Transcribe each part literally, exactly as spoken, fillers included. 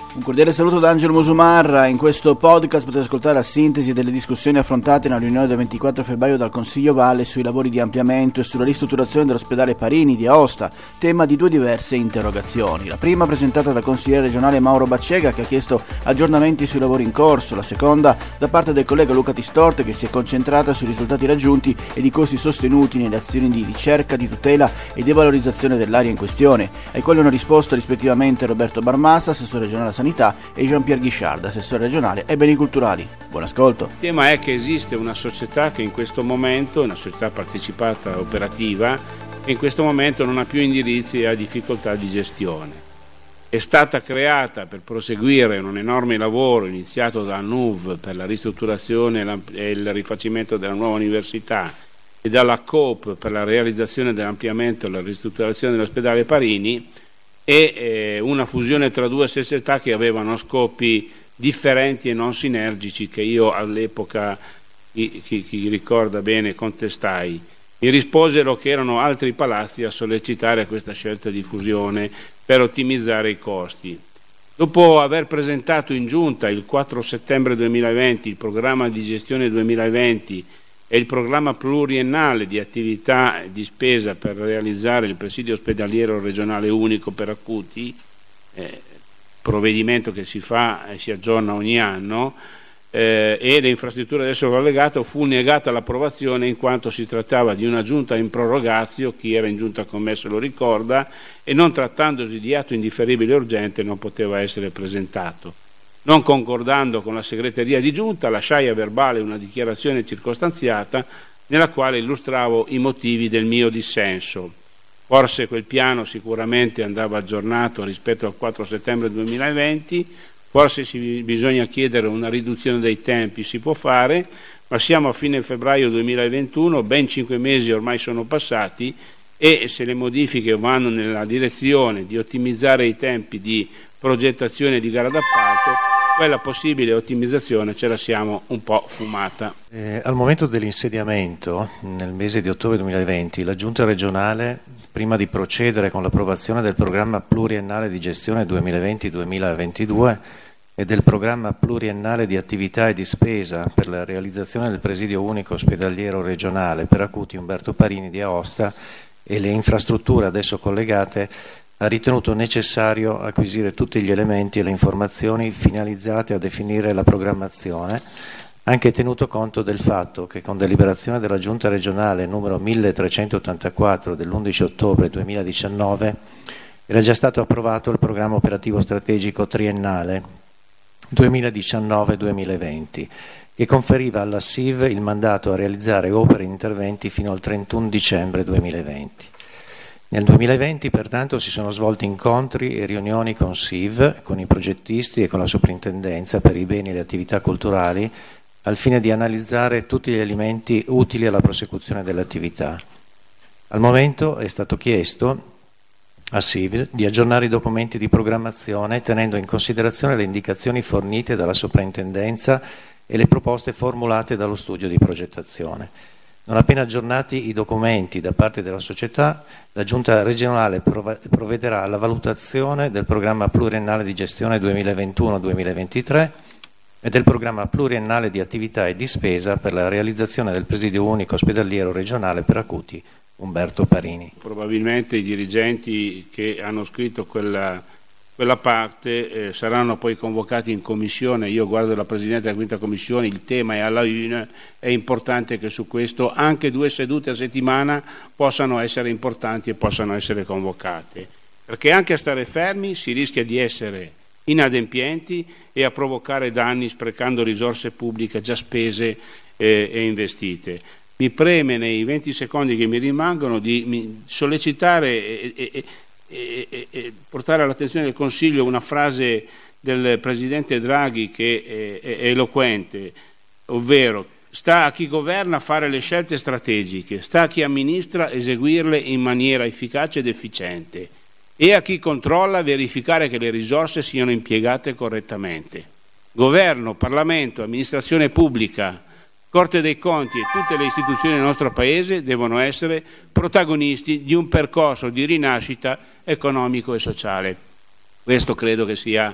Un cordiale saluto da Angelo Musumarra. In questo podcast potete ascoltare la sintesi delle discussioni affrontate nella riunione del ventiquattro febbraio dal Consiglio Valle sui lavori di ampliamento e sulla ristrutturazione dell'ospedale Parini di Aosta, tema di due diverse interrogazioni. La prima presentata dal consigliere regionale Mauro Baccega, che ha chiesto aggiornamenti sui lavori in corso, la seconda da parte del collega Luca Tistorte, che si è concentrata sui risultati raggiunti ed i costi sostenuti nelle azioni di ricerca, di tutela e di valorizzazione dell'area in questione, ai quali hanno risposto rispettivamente Roberto Barmasa, assessore regionale Sanità, e Jean-Pierre Guichard, assessore regionale ai beni culturali. Buon ascolto. Il tema è che esiste una società che in questo momento, una società partecipata operativa, che in questo momento non ha più indirizzi e ha difficoltà di gestione. È stata creata per proseguire un enorme lavoro iniziato dalla N U V per la ristrutturazione e il rifacimento della nuova università e dalla Coop per la realizzazione dell'ampliamento e la ristrutturazione dell'ospedale Parini, e eh, una fusione tra due società che avevano scopi differenti e non sinergici, che io all'epoca, chi, chi, chi ricorda bene, contestai. Mi risposero che erano altri palazzi a sollecitare questa scelta di fusione per ottimizzare i costi. Dopo aver presentato in giunta il quattro settembre duemilaventi il programma di gestione duemilaventi e il programma pluriennale di attività e di spesa per realizzare il presidio ospedaliero regionale unico per acuti, eh, provvedimento che si fa e si aggiorna ogni anno, eh, e le infrastrutture ad esso collegato, fu negata l'approvazione in quanto si trattava di una giunta in prorogatio, chi era in giunta con me se lo ricorda, e non trattandosi di atto indifferibile e urgente non poteva essere presentato. Non concordando con la segreteria di giunta, lasciai a verbale una dichiarazione circostanziata nella quale illustravo i motivi del mio dissenso. Forse quel piano sicuramente andava aggiornato rispetto al quattro settembre duemilaventi, forse si, bisogna chiedere una riduzione dei tempi, si può fare, ma siamo a fine febbraio duemilaventuno, ben cinque mesi ormai sono passati, e se le modifiche vanno nella direzione di ottimizzare i tempi di progettazione di gara d'appalto, quella possibile ottimizzazione ce la siamo un po' fumata. Eh, al momento dell'insediamento, nel mese di ottobre duemilaventi, la Giunta regionale, prima di procedere con l'approvazione del programma pluriennale di gestione duemilaventi duemilaventidue e del programma pluriennale di attività e di spesa per la realizzazione del presidio unico ospedaliero regionale per acuti Umberto Parini di Aosta e le infrastrutture ad esso collegate, ha ritenuto necessario acquisire tutti gli elementi e le informazioni finalizzate a definire la programmazione, anche tenuto conto del fatto che con deliberazione della Giunta regionale numero milletrecentottantaquattro dell'undici ottobre duemiladiciannove era già stato approvato il programma operativo strategico triennale duemiladiciannove duemilaventi, che conferiva alla S I V il mandato a realizzare opere e interventi fino al trentuno dicembre duemilaventi. Nel duemilaventi, pertanto, si sono svolti incontri e riunioni con S I V, con i progettisti e con la Soprintendenza per i beni e le attività culturali, al fine di analizzare tutti gli elementi utili alla prosecuzione dell'attività. Al momento è stato chiesto a S I V di aggiornare i documenti di programmazione tenendo in considerazione le indicazioni fornite dalla Soprintendenza e le proposte formulate dallo studio di progettazione. Non appena aggiornati i documenti da parte della società, la Giunta regionale provvederà alla valutazione del programma pluriennale di gestione duemilaventuno duemilaventitré e del programma pluriennale di attività e di spesa per la realizzazione del presidio unico ospedaliero regionale per acuti Umberto Parini. Probabilmente i dirigenti che hanno scritto quella, quella parte eh, saranno poi convocati in commissione. Io guardo la Presidente della quinta commissione, il tema è alla une, è importante che su questo anche due sedute a settimana possano essere importanti e possano essere convocate, perché anche a stare fermi si rischia di essere inadempienti e a provocare danni sprecando risorse pubbliche già spese eh, e investite. Mi preme nei venti secondi che mi rimangono di sollecitare e, e, e, e, e portare all'attenzione del Consiglio una frase del Presidente Draghi che è, è eloquente, ovvero: sta a chi governa fare le scelte strategiche, sta a chi amministra eseguirle in maniera efficace ed efficiente, e a chi controlla verificare che le risorse siano impiegate correttamente. Governo, Parlamento, amministrazione pubblica, Corte dei Conti e tutte le istituzioni del nostro Paese devono essere protagonisti di un percorso di rinascita economico e sociale. Questo credo che sia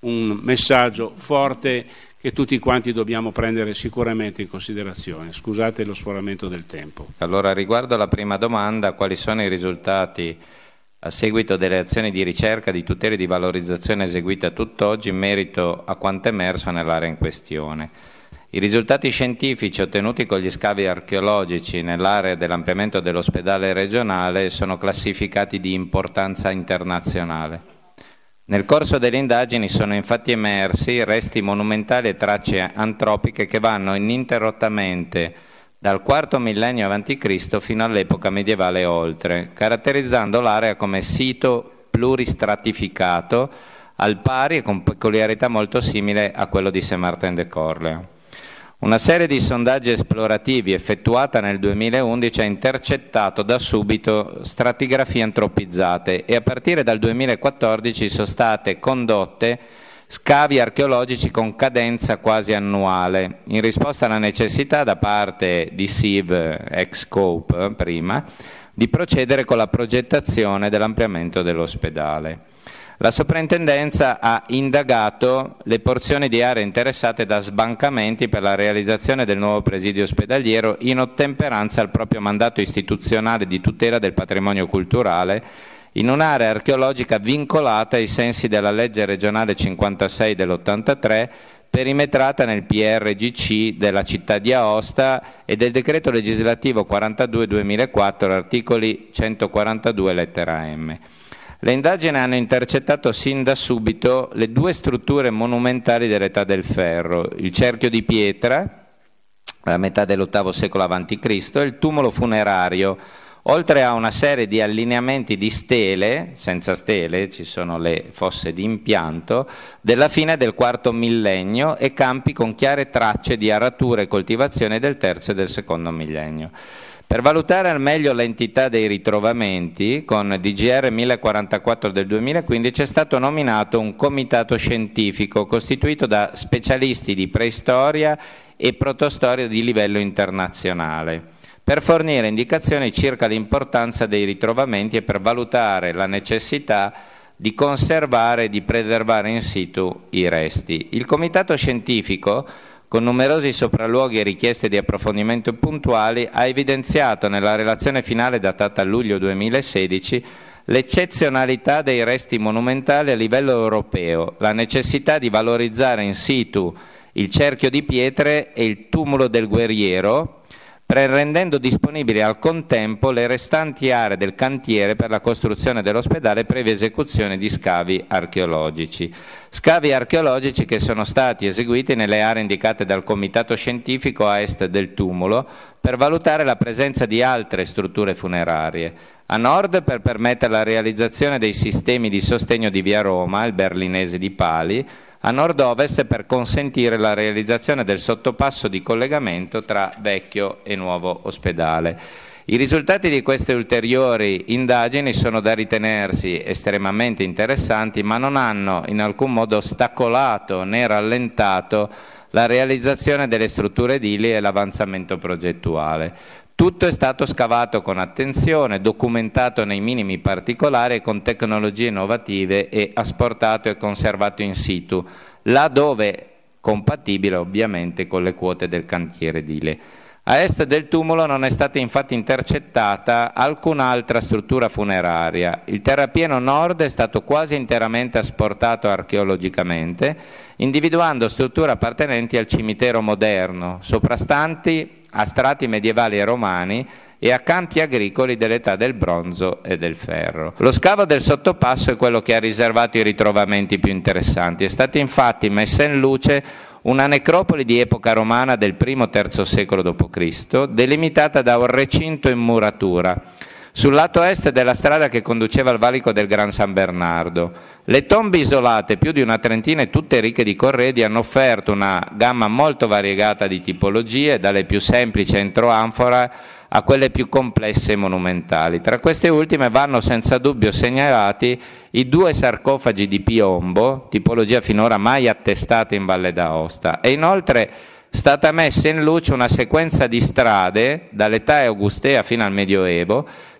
un messaggio forte che tutti quanti dobbiamo prendere sicuramente in considerazione. Scusate lo sforamento del tempo. Allora, riguardo alla prima domanda, quali sono i risultati a seguito delle azioni di ricerca, di tutela e di valorizzazione eseguite a tutt'oggi in merito a quanto emerso nell'area in questione? I risultati scientifici ottenuti con gli scavi archeologici nell'area dell'ampliamento dell'ospedale regionale sono classificati di importanza internazionale. Nel corso delle indagini sono infatti emersi resti monumentali e tracce antropiche che vanno ininterrottamente dal quarto millennio avanti Cristo fino all'epoca medievale e oltre, caratterizzando l'area come sito pluristratificato al pari e con peculiarità molto simile a quello di Saint-Martin-de-Corléans. Una serie di sondaggi esplorativi effettuata nel duemilaundici ha intercettato da subito stratigrafie antropizzate e a partire dal duemilaquattordici sono state condotte scavi archeologici con cadenza quasi annuale, in risposta alla necessità da parte di S I V, ex Scope prima, di procedere con la progettazione dell'ampliamento dell'ospedale. La soprintendenza ha indagato le porzioni di aree interessate da sbancamenti per la realizzazione del nuovo presidio ospedaliero in ottemperanza al proprio mandato istituzionale di tutela del patrimonio culturale in un'area archeologica vincolata ai sensi della legge regionale cinquantasei dell'ottantatré, perimetrata nel P R G C della città di Aosta e del decreto legislativo quarantadue duemilaquattro, articoli centoquarantadue lettera M. Le indagini hanno intercettato sin da subito le due strutture monumentali dell'età del ferro, il cerchio di pietra, alla metà dell'ottavo secolo avanti Cristo, e il tumulo funerario, oltre a una serie di allineamenti di stele, senza stele, ci sono le fosse di impianto, della fine del quarto millennio e campi con chiare tracce di aratura e coltivazione del terzo e del secondo millennio. Per valutare al meglio l'entità dei ritrovamenti, con D G R mille quarantaquattro del duemilaquindici è stato nominato un comitato scientifico costituito da specialisti di preistoria e protostoria di livello internazionale, per fornire indicazioni circa l'importanza dei ritrovamenti e per valutare la necessità di conservare e di preservare in situ i resti. Il comitato scientifico, con numerosi sopralluoghi e richieste di approfondimento puntuali, ha evidenziato nella relazione finale datata luglio duemilasedici l'eccezionalità dei resti monumentali a livello europeo, la necessità di valorizzare in situ il cerchio di pietre e il tumulo del guerriero, rendendo disponibili al contempo le restanti aree del cantiere per la costruzione dell'ospedale previa esecuzione di scavi archeologici. Scavi archeologici che sono stati eseguiti nelle aree indicate dal comitato scientifico a est del tumulo per valutare la presenza di altre strutture funerarie. A nord per permettere la realizzazione dei sistemi di sostegno di via Roma, il berlinese di Pali, a nord-ovest per consentire la realizzazione del sottopasso di collegamento tra vecchio e nuovo ospedale. I risultati di queste ulteriori indagini sono da ritenersi estremamente interessanti, ma non hanno in alcun modo ostacolato né rallentato la realizzazione delle strutture edili e l'avanzamento progettuale. Tutto è stato scavato con attenzione, documentato nei minimi particolari e con tecnologie innovative e asportato e conservato in situ, laddove compatibile ovviamente con le quote del cantiere edile. A est del tumulo non è stata infatti intercettata alcun'altra struttura funeraria. Il terrapieno nord è stato quasi interamente asportato archeologicamente, individuando strutture appartenenti al cimitero moderno, soprastanti a strati medievali e romani e a campi agricoli dell'età del bronzo e del ferro. Lo scavo del sottopasso è quello che ha riservato i ritrovamenti più interessanti. È stata infatti messa in luce una necropoli di epoca romana del primo terzo secolo dopo Cristo, delimitata da un recinto in muratura, sul lato est della strada che conduceva al valico del Gran San Bernardo. Le tombe isolate, più di una trentina e tutte ricche di corredi, hanno offerto una gamma molto variegata di tipologie, dalle più semplici entroanfora a quelle più complesse e monumentali. Tra queste ultime vanno senza dubbio segnalati i due sarcofagi di piombo, tipologia finora mai attestata in Valle d'Aosta, e inoltre stata messa in luce una sequenza di strade, dall'età augustea fino al Medioevo,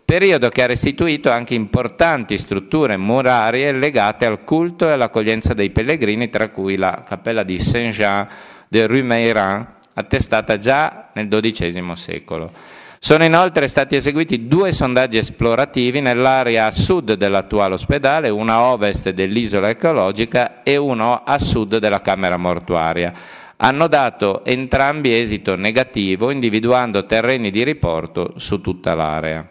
periodo che ha restituito anche importanti strutture murarie legate al culto e all'accoglienza dei pellegrini, tra cui la cappella di Saint-Jean de Rue-Meyrin, attestata già nel dodicesimo secolo. Sono inoltre stati eseguiti due sondaggi esplorativi nell'area a sud dell'attuale ospedale, uno a ovest dell'isola archeologica e uno a sud della camera mortuaria. Hanno dato entrambi esito negativo, individuando terreni di riporto su tutta l'area.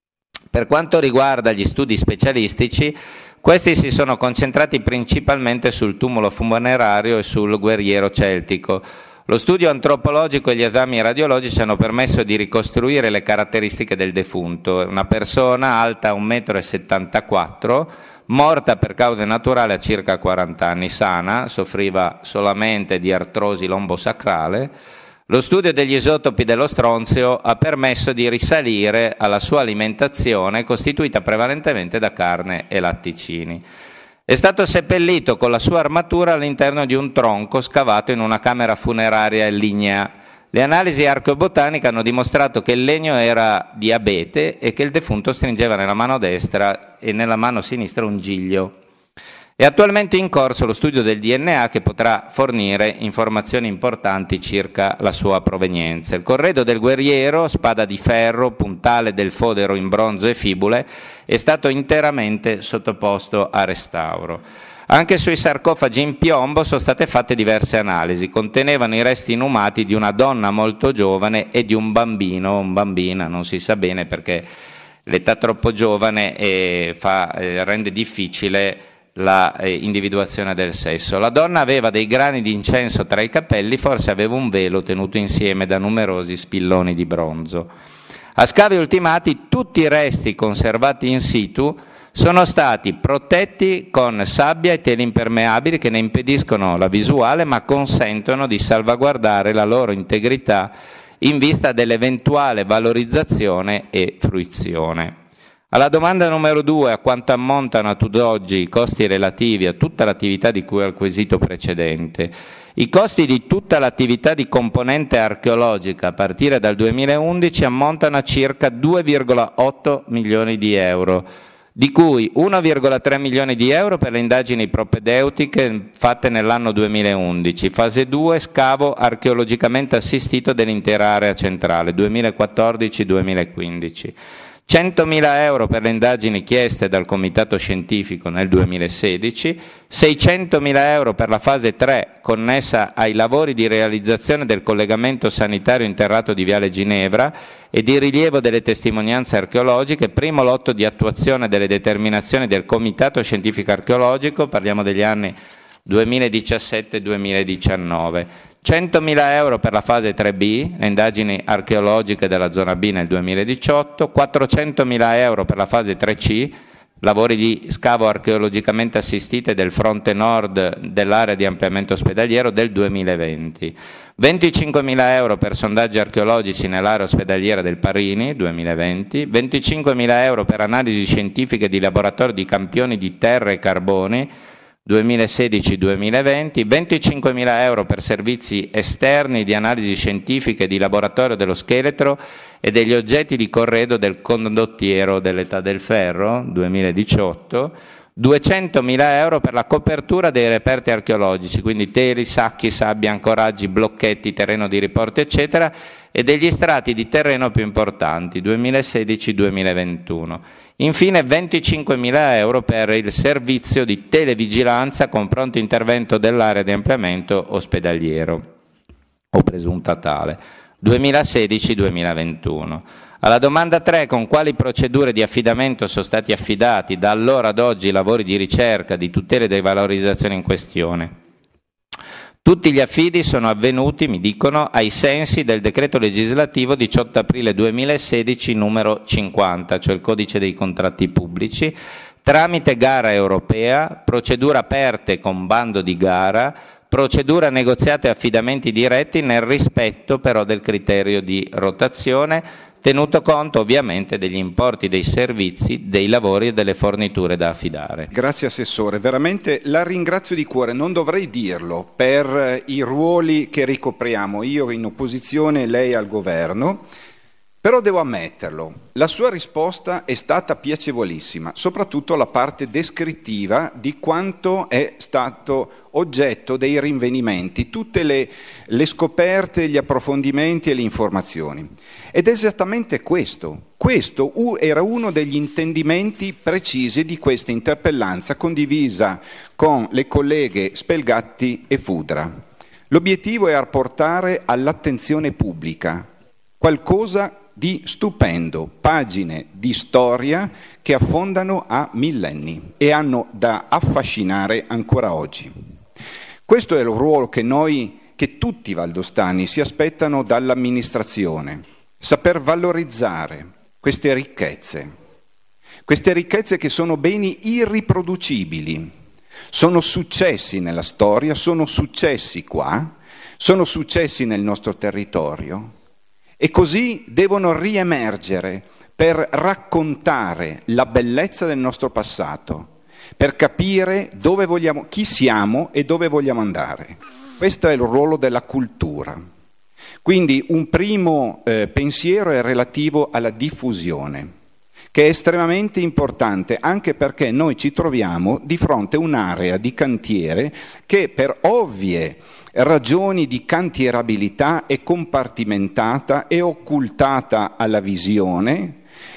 Per quanto riguarda gli studi specialistici, questi si sono concentrati principalmente sul tumulo funerario e sul guerriero celtico. Lo studio antropologico e gli esami radiologici hanno permesso di ricostruire le caratteristiche del defunto. Una persona alta un metro e settantaquattro, morta per cause naturali a circa quaranta anni, sana, soffriva solamente di artrosi lombosacrale. Lo studio degli isotopi dello stronzio ha permesso di risalire alla sua alimentazione, costituita prevalentemente da carne e latticini. È stato seppellito con la sua armatura all'interno di un tronco scavato in una camera funeraria lignea. Le analisi archeobotaniche hanno dimostrato che il legno era di abete e che il defunto stringeva nella mano destra e nella mano sinistra un giglio. È attualmente in corso lo studio del D N A che potrà fornire informazioni importanti circa la sua provenienza. Il corredo del guerriero, spada di ferro, puntale del fodero in bronzo e fibule, è stato interamente sottoposto a restauro. Anche sui sarcofagi in piombo sono state fatte diverse analisi. Contenevano i resti inumati di una donna molto giovane e di un bambino, un bambina, non si sa bene perché l'età troppo giovane eh, fa, eh, rende difficile la eh, individuazione del sesso. La donna aveva dei grani di incenso tra i capelli, forse aveva un velo tenuto insieme da numerosi spilloni di bronzo. A scavi ultimati, tutti i resti conservati in situ sono stati protetti con sabbia e tele impermeabili che ne impediscono la visuale ma consentono di salvaguardare la loro integrità in vista dell'eventuale valorizzazione e fruizione. Alla domanda numero due, a quanto ammontano a tutt'oggi i costi relativi a tutta l'attività di cui al quesito precedente? I costi di tutta l'attività di componente archeologica a partire dal duemilaundici ammontano a circa due virgola otto milioni di euro, di cui uno virgola tre milioni di euro per le indagini propedeutiche fatte nell'anno duemilaundici, fase due, scavo archeologicamente assistito dell'intera area centrale, duemilaquattordici duemilaquindici. centomila euro per le indagini chieste dal comitato scientifico nel duemilasedici, seicentomila euro per la fase tre connessa ai lavori di realizzazione del collegamento sanitario interrato di Viale Ginevra e di rilievo delle testimonianze archeologiche, primo lotto di attuazione delle determinazioni del comitato scientifico archeologico, parliamo degli anni duemiladiciassette duemiladiciannove. centomila euro per la fase tre B, le indagini archeologiche della zona B nel duemiladiciotto, quattrocentomila euro per la fase tre C, lavori di scavo archeologicamente assistite del fronte nord dell'area di ampliamento ospedaliero del duemilaventi, venticinquemila euro per sondaggi archeologici nell'area ospedaliera del Parini duemilaventi, venticinquemila euro per analisi scientifiche di laboratorio di campioni di terra e carboni duemilasedici duemilaventi, venticinquemila euro per servizi esterni di analisi scientifiche di laboratorio dello scheletro e degli oggetti di corredo del condottiero dell'età del ferro duemiladiciotto, duecentomila euro per la copertura dei reperti archeologici, quindi teli, sacchi, sabbia, ancoraggi, blocchetti, terreno di riporto eccetera, e degli strati di terreno più importanti duemilasedici duemilaventuno. Infine venticinquemila euro per il servizio di televigilanza con pronto intervento dell'area di ampliamento ospedaliero o presunta tale, duemilasedici duemilaventuno. Alla domanda tre, con quali procedure di affidamento sono stati affidati da allora ad oggi i lavori di ricerca, di tutela e di valorizzazione in questione? Tutti gli affidi sono avvenuti, mi dicono, ai sensi del decreto legislativo diciotto aprile duemilasedici numero cinquanta, cioè il codice dei contratti pubblici, tramite gara europea, procedura aperte con bando di gara, procedura negoziate e affidamenti diretti nel rispetto però del criterio di rotazione, tenuto conto ovviamente degli importi dei servizi, dei lavori e delle forniture da affidare. Grazie Assessore, veramente la ringrazio di cuore, non dovrei dirlo, per i ruoli che ricopriamo, io in opposizione, lei al governo, Però devo ammetterlo, la sua risposta è stata piacevolissima, soprattutto la parte descrittiva di quanto è stato oggetto dei rinvenimenti, tutte le, le scoperte, gli approfondimenti e le informazioni. Ed è esattamente questo. Questo era uno degli intendimenti precisi di questa interpellanza condivisa con le colleghe Spelgatti e Fudra. L'obiettivo è apportare all'attenzione pubblica qualcosa di stupendo, pagine di storia che affondano a millenni e hanno da affascinare ancora oggi. Questo è il ruolo che noi, che tutti i valdostani si aspettano dall'amministrazione, saper valorizzare queste ricchezze, queste ricchezze che sono beni irriproducibili, sono successi nella storia, sono successi qua, sono successi nel nostro territorio. E così devono riemergere per raccontare la bellezza del nostro passato, per capire dove vogliamo, chi siamo e dove vogliamo andare. Questo è il ruolo della cultura. Quindi un primo eh, pensiero è relativo alla diffusione, che è estremamente importante anche perché noi ci troviamo di fronte a un'area di cantiere che per ovvie ragioni di cantierabilità è compartimentata e occultata alla visione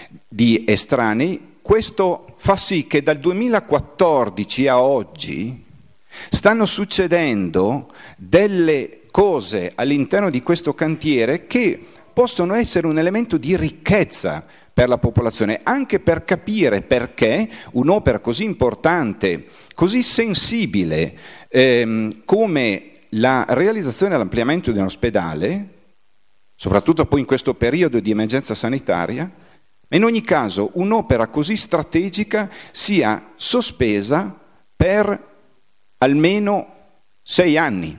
di estranei. Questo fa sì che dal duemilaquattordici a oggi stanno succedendo delle cose all'interno di questo cantiere che possono essere un elemento di ricchezza per la popolazione, anche per capire perché un'opera così importante, così sensibile ehm, come la realizzazione e l'ampliamento di un ospedale, soprattutto poi in questo periodo di emergenza sanitaria, ma in ogni caso un'opera così strategica sia sospesa per almeno sei anni.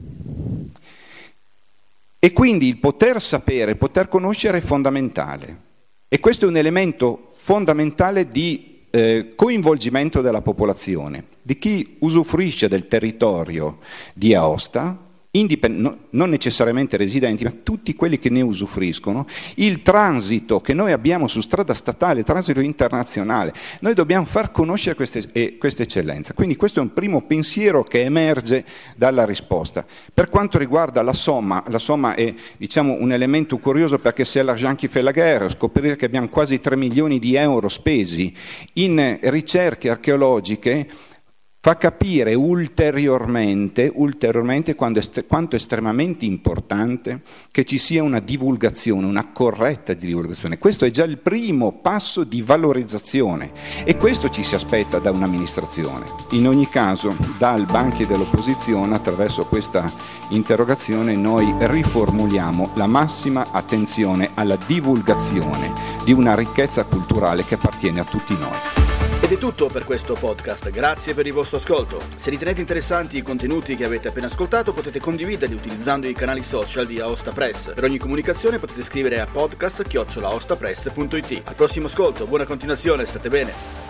E quindi il poter sapere, poter conoscere è fondamentale. E questo è un elemento fondamentale di eh, coinvolgimento della popolazione, di chi usufruisce del territorio di Aosta, indipend- no, non necessariamente residenti, ma tutti quelli che ne usufruiscono, il transito che noi abbiamo su strada statale, il transito internazionale, noi dobbiamo far conoscere queste, eh, queste eccellenze. Quindi questo è un primo pensiero che emerge dalla risposta. Per quanto riguarda la somma, la somma è diciamo, un elemento curioso perché c'est l'argent qui fait la guerre, scoprire che abbiamo quasi tre milioni di euro spesi in ricerche archeologiche fa capire ulteriormente, ulteriormente quanto è estremamente importante che ci sia una divulgazione, una corretta divulgazione. Questo è già il primo passo di valorizzazione e questo ci si aspetta da un'amministrazione. In ogni caso, dal banchi dell'opposizione, attraverso questa interrogazione, noi riformuliamo la massima attenzione alla divulgazione di una ricchezza culturale che appartiene a tutti noi. Ed è tutto per questo podcast, grazie per il vostro ascolto. Se ritenete interessanti i contenuti che avete appena ascoltato potete condividerli utilizzando i canali social di Aosta Press. Per ogni comunicazione potete scrivere a podcast chiocciola aostapress punto it. Al prossimo ascolto, buona continuazione, state bene.